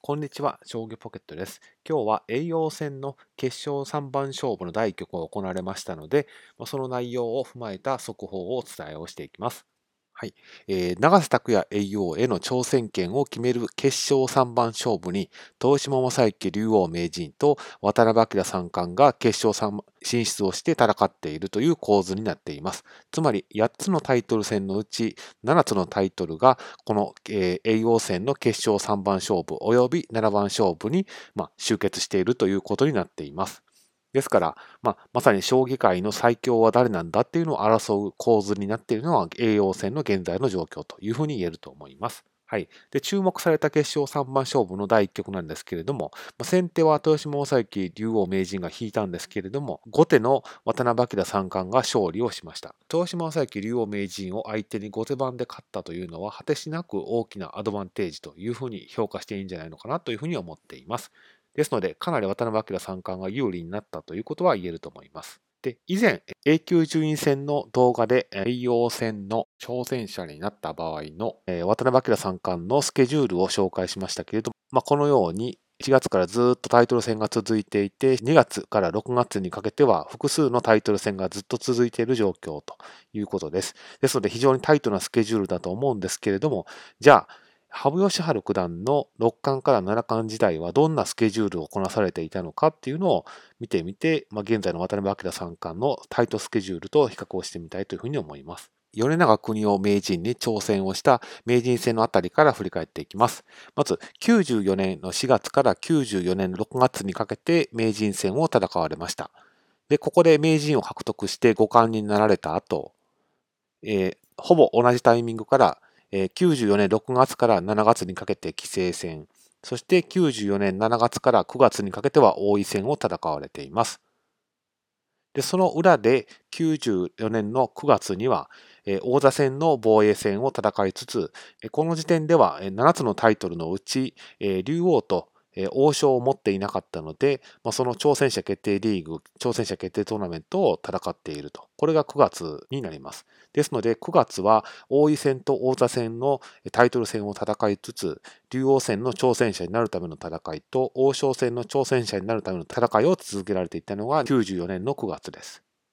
こんにちは、将棋ポケットです。今日は叡王戦の決勝3番勝負の第1局が行われましたので、その内容を踏まえた速報をお伝えをしていきます。はい。永瀬拓也叡王への挑戦権を決める決勝3番勝負に、豊島将之竜王名人と渡辺明三冠が決勝進出をして戦っているという構図になっています。つまり、8つのタイトル戦のうち7つのタイトルが、この叡王戦の決勝3番勝負及び7番勝負に集結しているということになっています。ですから、まさに将棋界の最強は誰なんだっていうのを争う構図になっているのは叡王戦の現在の状況というふうに言えると思います。はい。で、注目された決勝3番勝負の第1局なんですけれども、先手は豊島将之竜王名人が引いたんですけれども、後手の渡辺明三冠が勝利をしました。豊島将之竜王名人を相手に後手番で勝ったというのは、果てしなく大きなアドバンテージというふうに評価していいんじゃないのかなというふうに思っています。ですので、かなり渡辺明三冠が有利になったということは言えると思います。で、以前、A 級順位戦の動画で、叡王戦の挑戦者になった場合の、渡辺明三冠のスケジュールを紹介しましたけれども、このように、1月からずっとタイトル戦が続いていて、2月から6月にかけては複数のタイトル戦がずっと続いている状況ということです。ですので非常にタイトなスケジュールだと思うんですけれども、じゃあ、羽生善治九段の六冠から七冠時代はどんなスケジュールをこなされていたのかっていうのを見てみて、現在の渡辺明三冠のタイトスケジュールと比較をしてみたいというふうに思います。米長邦夫名人に挑戦をした名人戦のあたりから振り返っていきます。まず、94年の4月から94年の6月にかけて名人戦を戦われました。で、ここで名人を獲得して五冠になられた後、ほぼ同じタイミングから94年6月から7月にかけて棋聖戦、そして94年7月から9月にかけては王位戦を戦われています。で、その裏で94年の9月には王座戦の防衛戦を戦いつつ、この時点では7つのタイトルのうち竜王と王将を持っていなかったので、その挑戦者決定リーグ、挑戦者決定トーナメントを戦っていると。これが9月になります。ですので、9月は王位戦と王座戦のタイトル戦を戦いつつ、竜王戦の挑戦者になるための戦いと、王将戦の挑戦者になるための戦いを続けられていたのが94年の9月です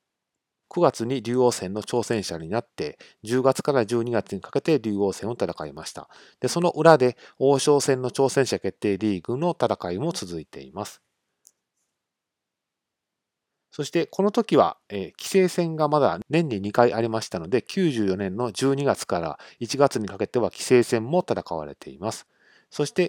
。9月に竜王戦の挑戦者になって、10月から12月にかけて竜王戦を戦いました。で、その裏で王将戦の挑戦者決定リーグの戦いも続いています。そしてこの時は、棋聖戦がまだ年に2回ありましたので、94年の12月から1月にかけては棋聖戦も戦われています。そして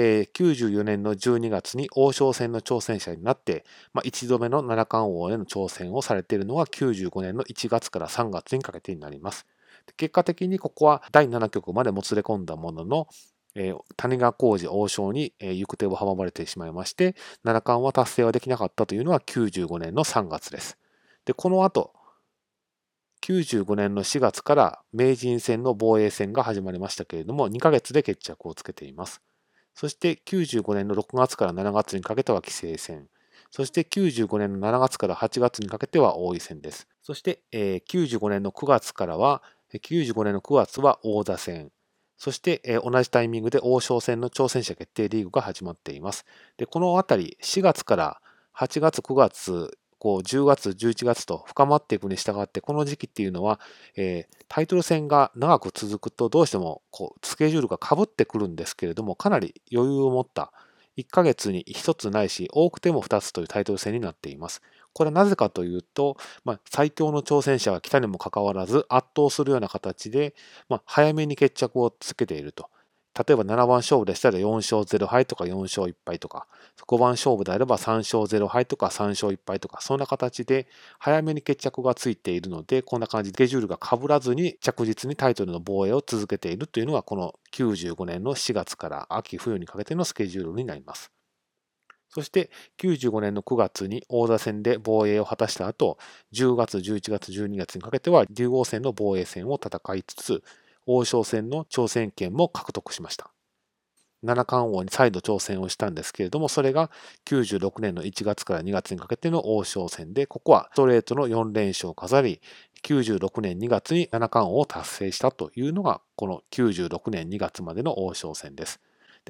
、94年の12月に王将戦の挑戦者になって、1度目の七冠王への挑戦をされているのが95年の1月から3月にかけてになります。結果的にここは第7局までもつれ込んだものの、谷川浩司王将に行く手を阻まれてしまいまして、七冠は達成はできなかったというのは95年の3月です。で、この後、95年の4月から名人戦の防衛戦が始まりましたけれども、2ヶ月で決着をつけています。そして95年の6月から7月にかけては棋聖戦。そして95年の7月から8月にかけては王位戦です。そして95年の9月からは、95年の9月は王座戦。そして同じタイミングで王将戦の挑戦者決定リーグが始まっています。で、このあたり4月から8月、9月、10月、11月と深まっていくに従って、この時期っていうのは、タイトル戦が長く続くとどうしてもスケジュールがかぶってくるんですけれども、かなり余裕を持った1ヶ月に1つないし、多くても2つというタイトル戦になっています。これはなぜかというと、最強の挑戦者が来たにもかかわらず、圧倒するような形で、早めに決着をつけていると。例えば7番勝負でしたら4勝0敗とか4勝1敗とか、5番勝負であれば3勝0敗とか3勝1敗とか、そんな形で早めに決着がついているので、こんな感じでスケジュールが被らずに着実にタイトルの防衛を続けているというのが、この95年の4月から秋冬にかけてのスケジュールになります。そして95年の9月に王座戦で防衛を果たした後、10月、11月、12月にかけては竜王戦の防衛戦を戦いつつ、王将戦の挑戦権も獲得しました。七冠王に再度挑戦をしたんですけれども、それが96年の1月から2月にかけての王将戦で、ここはストレートの4連勝を飾り、96年2月に七冠王を達成したというのが、この96年2月までの王将戦です。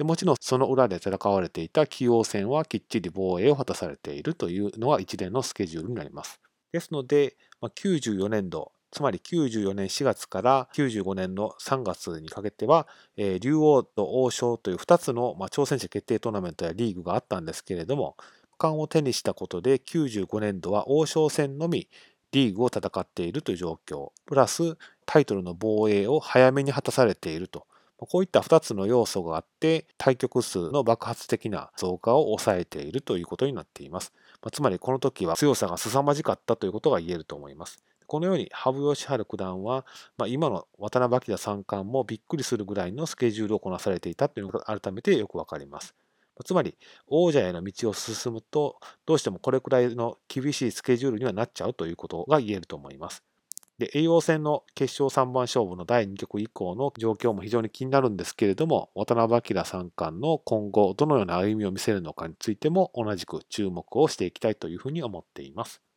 でもちろんその裏で戦われていた棋王戦はきっちり防衛を果たされているというのが一連のスケジュールになります。ですので、94年度、つまり94年4月から95年の3月にかけては、竜王と王将という2つの挑戦者決定トーナメントやリーグがあったんですけれども、冠を手にしたことで95年度は王将戦のみリーグを戦っているという状況、プラスタイトルの防衛を早めに果たされていると。こういった2つの要素があって、対局数の爆発的な増加を抑えているということになっています。つまりこの時は強さが凄まじかったということが言えると思います。このように羽生善治九段は、今の渡辺明三冠もびっくりするぐらいのスケジュールをこなされていたというのが改めてよくわかります。つまり王者への道を進むと、どうしてもこれくらいの厳しいスケジュールにはなっちゃうということが言えると思います。で、叡王戦の決勝3番勝負の第2局以降の状況も非常に気になるんですけれども、渡辺明三冠の今後どのような歩みを見せるのかについても同じく注目をしていきたいというふうに思っています。